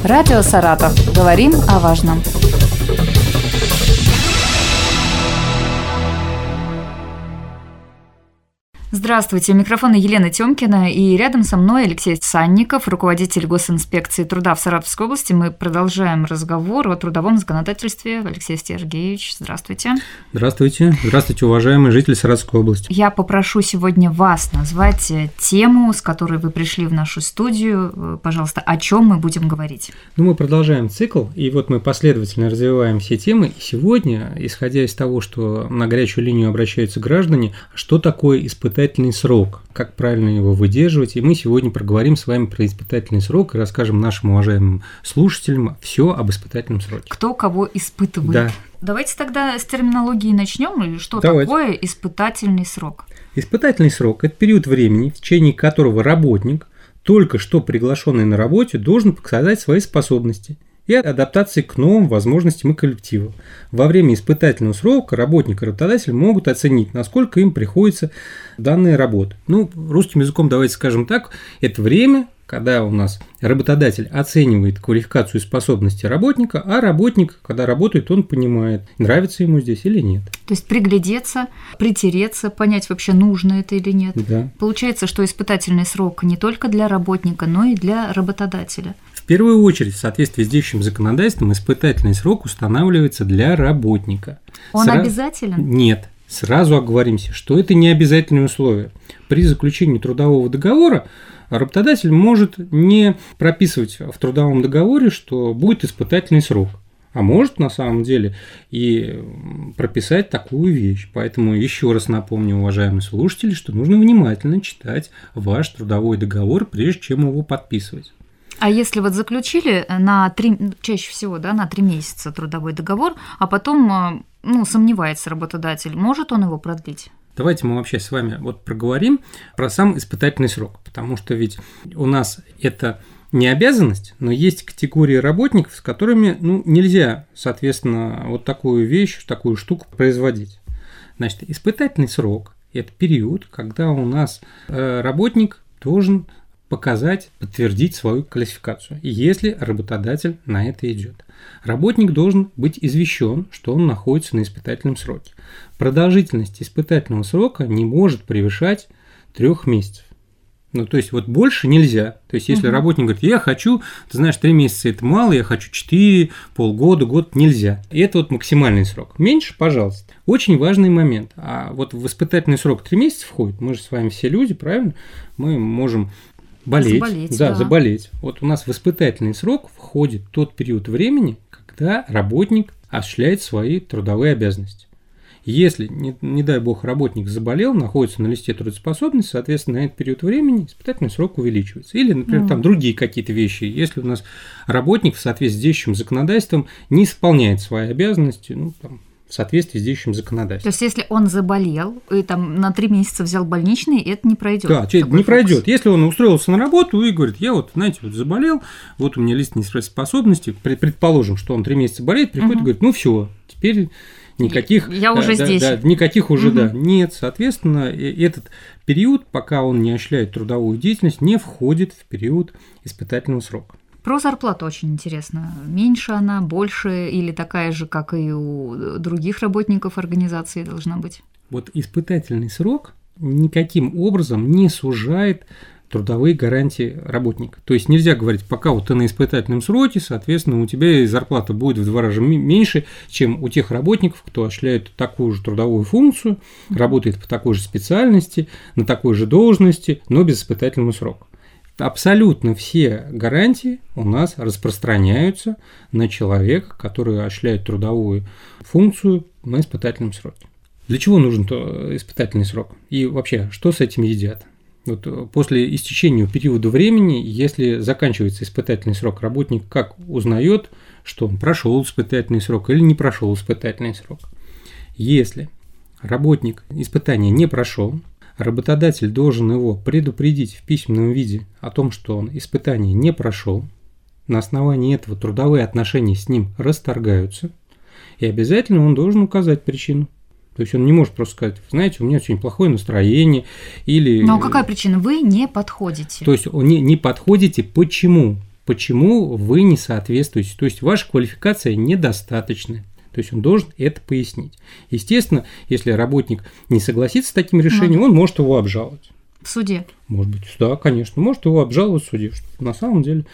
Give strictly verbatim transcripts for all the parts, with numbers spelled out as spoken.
Радио «Саратов». Говорим о важном. Здравствуйте, у микрофона Елена Тёмкина, и рядом со мной Алексей Санников, руководитель госинспекции труда в Саратовской области. Мы продолжаем разговор о трудовом законодательстве. Алексей Сергеевич, здравствуйте. Здравствуйте. Здравствуйте, уважаемые жители Саратовской области. Я попрошу сегодня вас назвать тему, с которой вы пришли в нашу студию. Пожалуйста, о чем мы будем говорить? Ну, мы продолжаем цикл, и вот мы последовательно развиваем все темы. И сегодня, исходя из того, что на горячую линию обращаются граждане, что такое испытательный срок, как правильно его выдерживать, и мы сегодня проговорим с вами про испытательный срок и расскажем нашим уважаемым слушателям все об испытательном сроке. Кто кого испытывает. Да. Давайте тогда с терминологии начнем. Что Давайте. Такое испытательный срок? Испытательный срок – это период времени, в течение которого работник, только что приглашенный на работе, должен показать свои способности и адаптации к новым возможностям и коллективу. Во время испытательного срока работник и работодатель могут оценить, насколько им приходится данная работа. Ну, русским языком давайте скажем так, это время, когда у нас работодатель оценивает квалификацию и способности работника, а работник, когда работает, он понимает, нравится ему здесь или нет. То есть приглядеться, притереться, понять, вообще нужно это или нет. Да. Получается, что испытательный срок не только для работника, но и для работодателя. В первую очередь, в соответствии с действующим законодательством, испытательный срок устанавливается для работника. Он Сра... обязателен? Нет. Сразу оговоримся, что это не обязательное условие. При заключении трудового договора работодатель может не прописывать в трудовом договоре, что будет испытательный срок, а может на самом деле и прописать такую вещь. Поэтому еще раз напомню, уважаемые слушатели, что нужно внимательно читать ваш трудовой договор, прежде чем его подписывать. А если вот заключили на три, чаще всего, да, на три месяца трудовой договор, а потом, ну, сомневается работодатель, может он его продлить? Давайте мы вообще с вами вот проговорим про сам испытательный срок, потому что ведь у нас это не обязанность, но есть категории работников, с которыми, ну, нельзя, соответственно, вот такую вещь, такую штуку производить. Значит, испытательный срок – это период, когда у нас работник должен показать, подтвердить свою квалификацию, если работодатель на это идет. Работник должен быть извещен, что он находится на испытательном сроке. Продолжительность испытательного срока не может превышать трех месяцев. Ну, то есть, вот больше нельзя. То есть, если угу. работник говорит, я хочу, ты знаешь, три месяца это мало, я хочу четыре, полгода, год, нельзя. И это вот максимальный срок. Меньше, пожалуйста. Очень важный момент. А вот в испытательный срок три месяца входит, мы же с вами все люди, правильно? Мы можем болеть. Заболеть, да, да, заболеть. Вот у нас в испытательный срок входит тот период времени, когда работник осуществляет свои трудовые обязанности. Если, не, не дай бог, работник заболел, находится на листе трудоспособности, соответственно, на этот период времени испытательный срок увеличивается. Или, например, mm. там другие какие-то вещи. Если у нас работник в соответствии с действующим законодательством не исполняет свои обязанности, ну, там, в соответствии с действующим законодательством. То есть, если он заболел и там на три месяца взял больничный, это не пройдет. Да, не фокус. пройдет. Если он устроился на работу и говорит, я вот, знаете, вот заболел, вот у меня лист нетрудоспособности, предположим, что он три месяца болеет, приходит угу. и говорит, ну все, теперь никаких... Я уже да, здесь. Да, никаких уже, угу. да, нет. Соответственно, этот период, пока он не осуществляет трудовую деятельность, не входит в период испытательного срока. Про зарплату очень интересно. Меньше она, больше или такая же, как и у других работников организации должна быть? Вот испытательный срок никаким образом не сужает трудовые гарантии работника. То есть нельзя говорить, пока вот ты на испытательном сроке, соответственно, у тебя зарплата будет в два раза меньше, чем у тех работников, кто осуществляет такую же трудовую функцию, работает по такой же специальности, на такой же должности, но без испытательного срока. Абсолютно все гарантии у нас распространяются на человека, который осуществляет трудовую функцию на испытательном сроке. Для чего нужен испытательный срок? И вообще, что с этим едят? Вот после истечения периода времени, если заканчивается испытательный срок, работник как узнает, что он прошел испытательный срок или не прошел испытательный срок? Если работник испытания не прошел, работодатель должен его предупредить в письменном виде о том, что он испытание не прошел. На основании этого трудовые отношения с ним расторгаются, и обязательно он должен указать причину. То есть он не может просто сказать, знаете, у меня очень плохое настроение, или... Но какая причина? Вы не подходите. То есть не, не подходите почему? почему вы не соответствуете, то есть ваша квалификация недостаточная. То есть он должен это пояснить. Естественно, если работник не согласится с таким решением, ну, он может его обжаловать. В суде? Может быть, да, конечно. Может его обжаловать в суде. Что на самом деле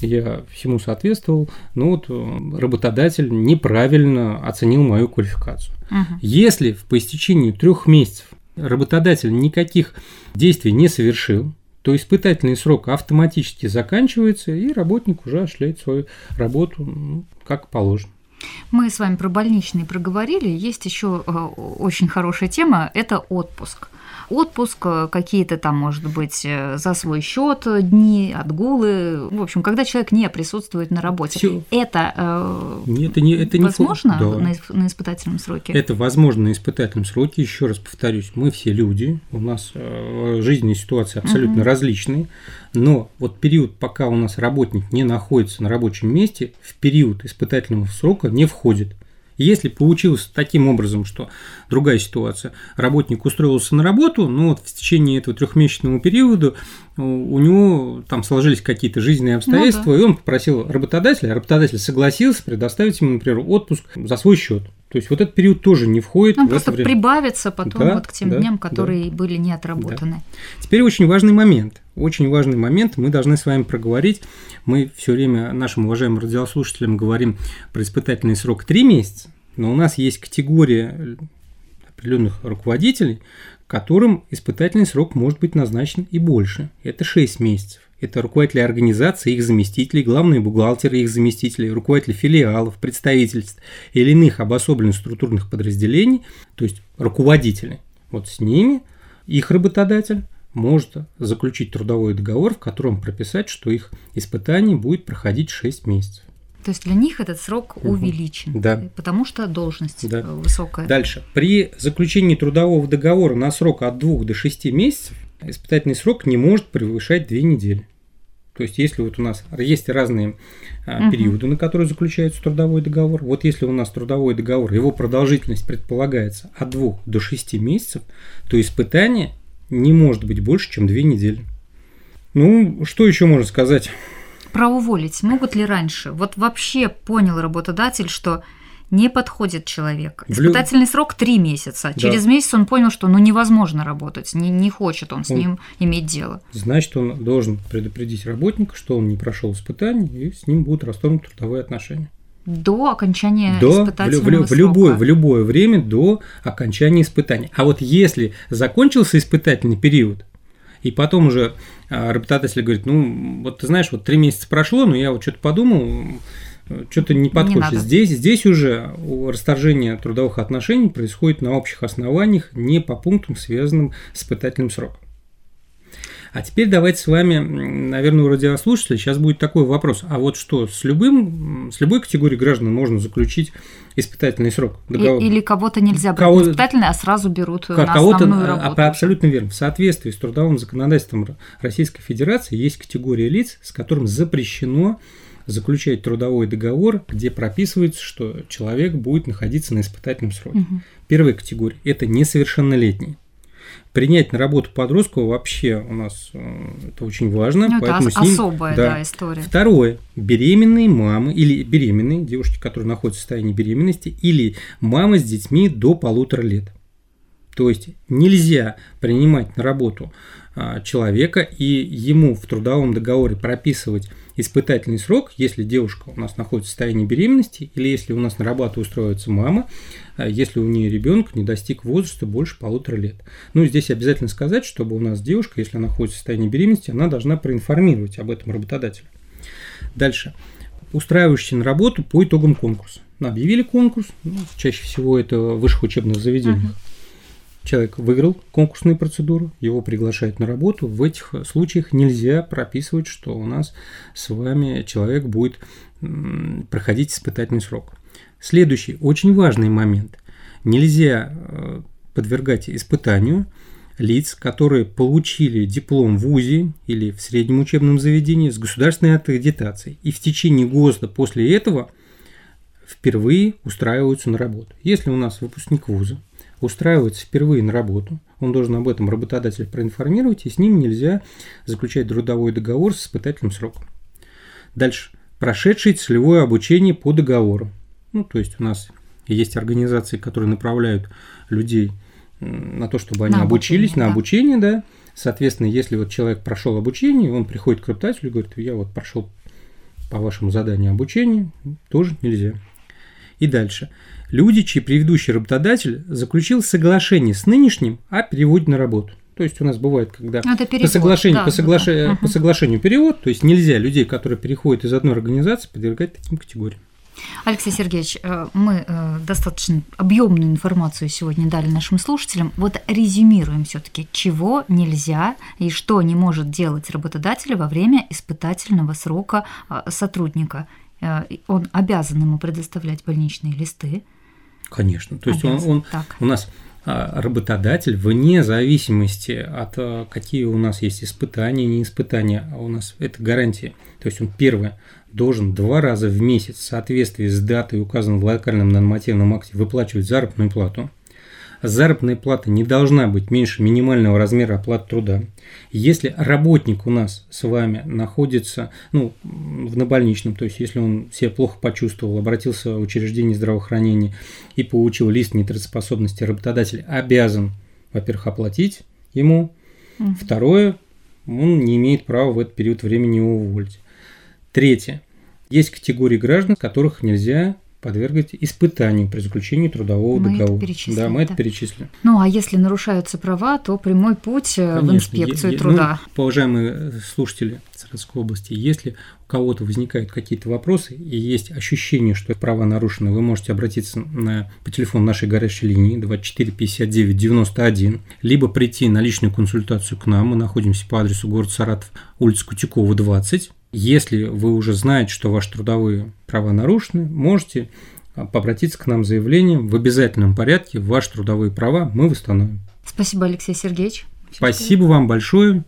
я всему соответствовал, но вот работодатель неправильно оценил мою квалификацию. Угу. Если по истечении трех месяцев работодатель никаких действий не совершил, то испытательный срок автоматически заканчивается, и работник уже осуществляет свою работу, ну, как положено. Мы с вами про больничный проговорили. Есть еще очень хорошая тема – это отпуск. Отпуск, какие-то там, может быть, за свой счет дни, отгулы. В общем, когда человек не присутствует на работе. Всё. Это, э, Нет, это не, это возможно не... да. на, на испытательном сроке? Это возможно на испытательном сроке. Еще раз повторюсь, мы все люди, у нас э, жизненные ситуации абсолютно угу. различные, но вот период, пока у нас работник не находится на рабочем месте, в период испытательного срока не входит. Если получилось таким образом, что другая ситуация, работник устроился на работу, но вот в течение этого трехмесячного периода у него там сложились какие-то жизненные обстоятельства, ну, да. и он попросил работодателя, работодатель согласился предоставить ему, например, отпуск за свой счет. То есть вот этот период тоже не входит. Он в просто это время. Прибавится потом да, вот к тем да, дням, которые да. были не отработаны. Да. Теперь очень важный момент. Очень важный момент мы должны с вами проговорить. Мы все время нашим уважаемым радиослушателям говорим про испытательный срок три месяца, но у нас есть категория определенных руководителей, которым испытательный срок может быть назначен и больше. Это шесть месяцев. Это руководители организации, их заместители, главные бухгалтеры, их заместители, руководители филиалов, представительств или иных обособленных структурных подразделений, то есть руководители. Вот с ними их работодатель может заключить трудовой договор, в котором прописать, что их испытание будет проходить шесть месяцев. То есть для них этот срок угу. увеличен, да. потому что должность да. высокая. Дальше. При заключении трудового договора на срок от двух до шести месяцев испытательный срок не может превышать две недели. То есть, если вот у нас есть разные угу. периоды, на которые заключается трудовой договор, вот если у нас трудовой договор, его продолжительность предполагается от двух до шести месяцев, то испытание не может быть больше, чем две недели. Ну, что еще можно сказать? Про уволить могут ли раньше? Вот вообще понял работодатель, что не подходит человек. Испытательный срок три месяца. Да. Через месяц он понял, что ну невозможно работать, не, не хочет он с он, ним иметь дело. Значит, он должен предупредить работника, что он не прошел испытание, и с ним будут расторгнуты трудовые отношения. До окончания до, испытательного в, в, срока. В любое, в любое время до окончания испытания. А вот если закончился испытательный период, и потом уже работодатель говорит, ну, вот ты знаешь, вот три месяца прошло, но я вот что-то подумал, что-то не подходит. Не здесь, здесь уже расторжение трудовых отношений происходит на общих основаниях, не по пунктам, связанным с испытательным сроком. А теперь давайте с вами, наверное, у радиослушателей сейчас будет такой вопрос. А вот что, с, любым, с любой категорией граждан можно заключить испытательный срок договора? Или кого-то нельзя брать на испытательный, а сразу берут на основную работу? Абсолютно верно. В соответствии с трудовым законодательством Российской Федерации есть категория лиц, с которым запрещено заключать трудовой договор, где прописывается, что человек будет находиться на испытательном сроке. Угу. Первая категория – это несовершеннолетние. Принять на работу подростка вообще у нас это очень важно. Ну, поэтому это с ним, особая да. Да, история. Второе. Беременные мамы или беременные девушки, которые находятся в состоянии беременности, или мамы с детьми до полутора лет. То есть нельзя принимать на работу человека и ему в трудовом договоре прописывать испытательный срок, если девушка у нас находится в состоянии беременности, или если у нас на работу устроится мама, если у нее ребенок не достиг возраста больше полутора лет. Ну, здесь обязательно сказать, чтобы у нас девушка, если она находится в состоянии беременности, она должна проинформировать об этом работодателя. Дальше. Устраивающийся на работу по итогам конкурса. Объявили конкурс, ну, чаще всего это в высших учебных заведениях. Uh-huh. Человек выиграл конкурсную процедуру, его приглашают на работу. В этих случаях нельзя прописывать, что у нас с вами человек будет проходить испытательный срок. Следующий, очень важный момент. Нельзя подвергать испытанию лиц, которые получили диплом в вузе или в среднем учебном заведении с государственной аккредитацией и в течение года после этого впервые устраиваются на работу. Если у нас выпускник вуза устраивается впервые на работу, он должен об этом работодателя проинформировать, и с ним нельзя заключать трудовой договор с испытательным сроком. Дальше. Прошедший целевое обучение по договору. Ну, то есть у нас есть организации, которые направляют людей на то, чтобы они на обучились, обучение, на да. обучение, да. Соответственно, если вот человек прошел обучение, он приходит к работодателю и говорит, я вот прошел по вашему заданию обучение, тоже нельзя. И дальше. Люди, чей предыдущий работодатель заключил соглашение с нынешним о переводе на работу. То есть у нас бывает, когда перевод, по, соглашению, да, по, согла... да. по соглашению перевод, то есть нельзя людей, которые переходят из одной организации, подвергать таким категориям. Алексей Сергеевич, мы достаточно объемную информацию сегодня дали нашим слушателям. Вот резюмируем все-таки, чего нельзя и что не может делать работодатель во время испытательного срока сотрудника. Он обязан ему предоставлять больничные листы. Конечно. То есть он, он у нас работодатель, вне зависимости от какие у нас есть испытания, не испытания, а у нас это гарантия. То есть он первое должен два раза в месяц в соответствии с датой, указанной в локальном нормативном акте, выплачивать заработную плату. Заработная плата не должна быть меньше минимального размера оплаты труда. Если работник у нас с вами находится ну, в набольничном, то есть если он себя плохо почувствовал, обратился в учреждение здравоохранения и получил лист нетрудоспособности, работодатель обязан, во-первых, оплатить ему. Mm-hmm. Второе, он не имеет права в этот период времени его уволить. Третье. Есть категории граждан, которых нельзя подвергать испытанию при заключении трудового мы договора. Это да, мы да. это перечислили. Ну, а если нарушаются права, то прямой путь Конечно, в инспекцию е- труда. Ну, уважаемые слушатели Саратовской области, если у кого-то возникают какие-то вопросы и есть ощущение, что права нарушены, вы можете обратиться на, по телефону нашей горячей линии двадцать четыре пятьдесят девять девяносто один, либо прийти на личную консультацию к нам. Мы находимся по адресу город Саратов, улица Кутякова, двадцать. Если вы уже знаете, что ваши трудовые права нарушены, можете обратиться к нам с заявлением. В обязательном порядке ваши трудовые права мы восстановим. Спасибо, Алексей Сергеевич. Спасибо вам большое.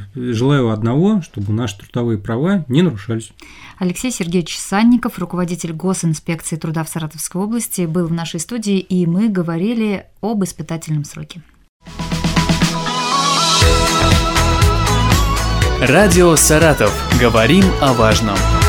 Желаю одного, чтобы наши трудовые права не нарушались. Алексей Сергеевич Санников, руководитель госинспекции труда в Саратовской области, был в нашей студии, и мы говорили об испытательном сроке. Радио «Саратов». Говорим о важном.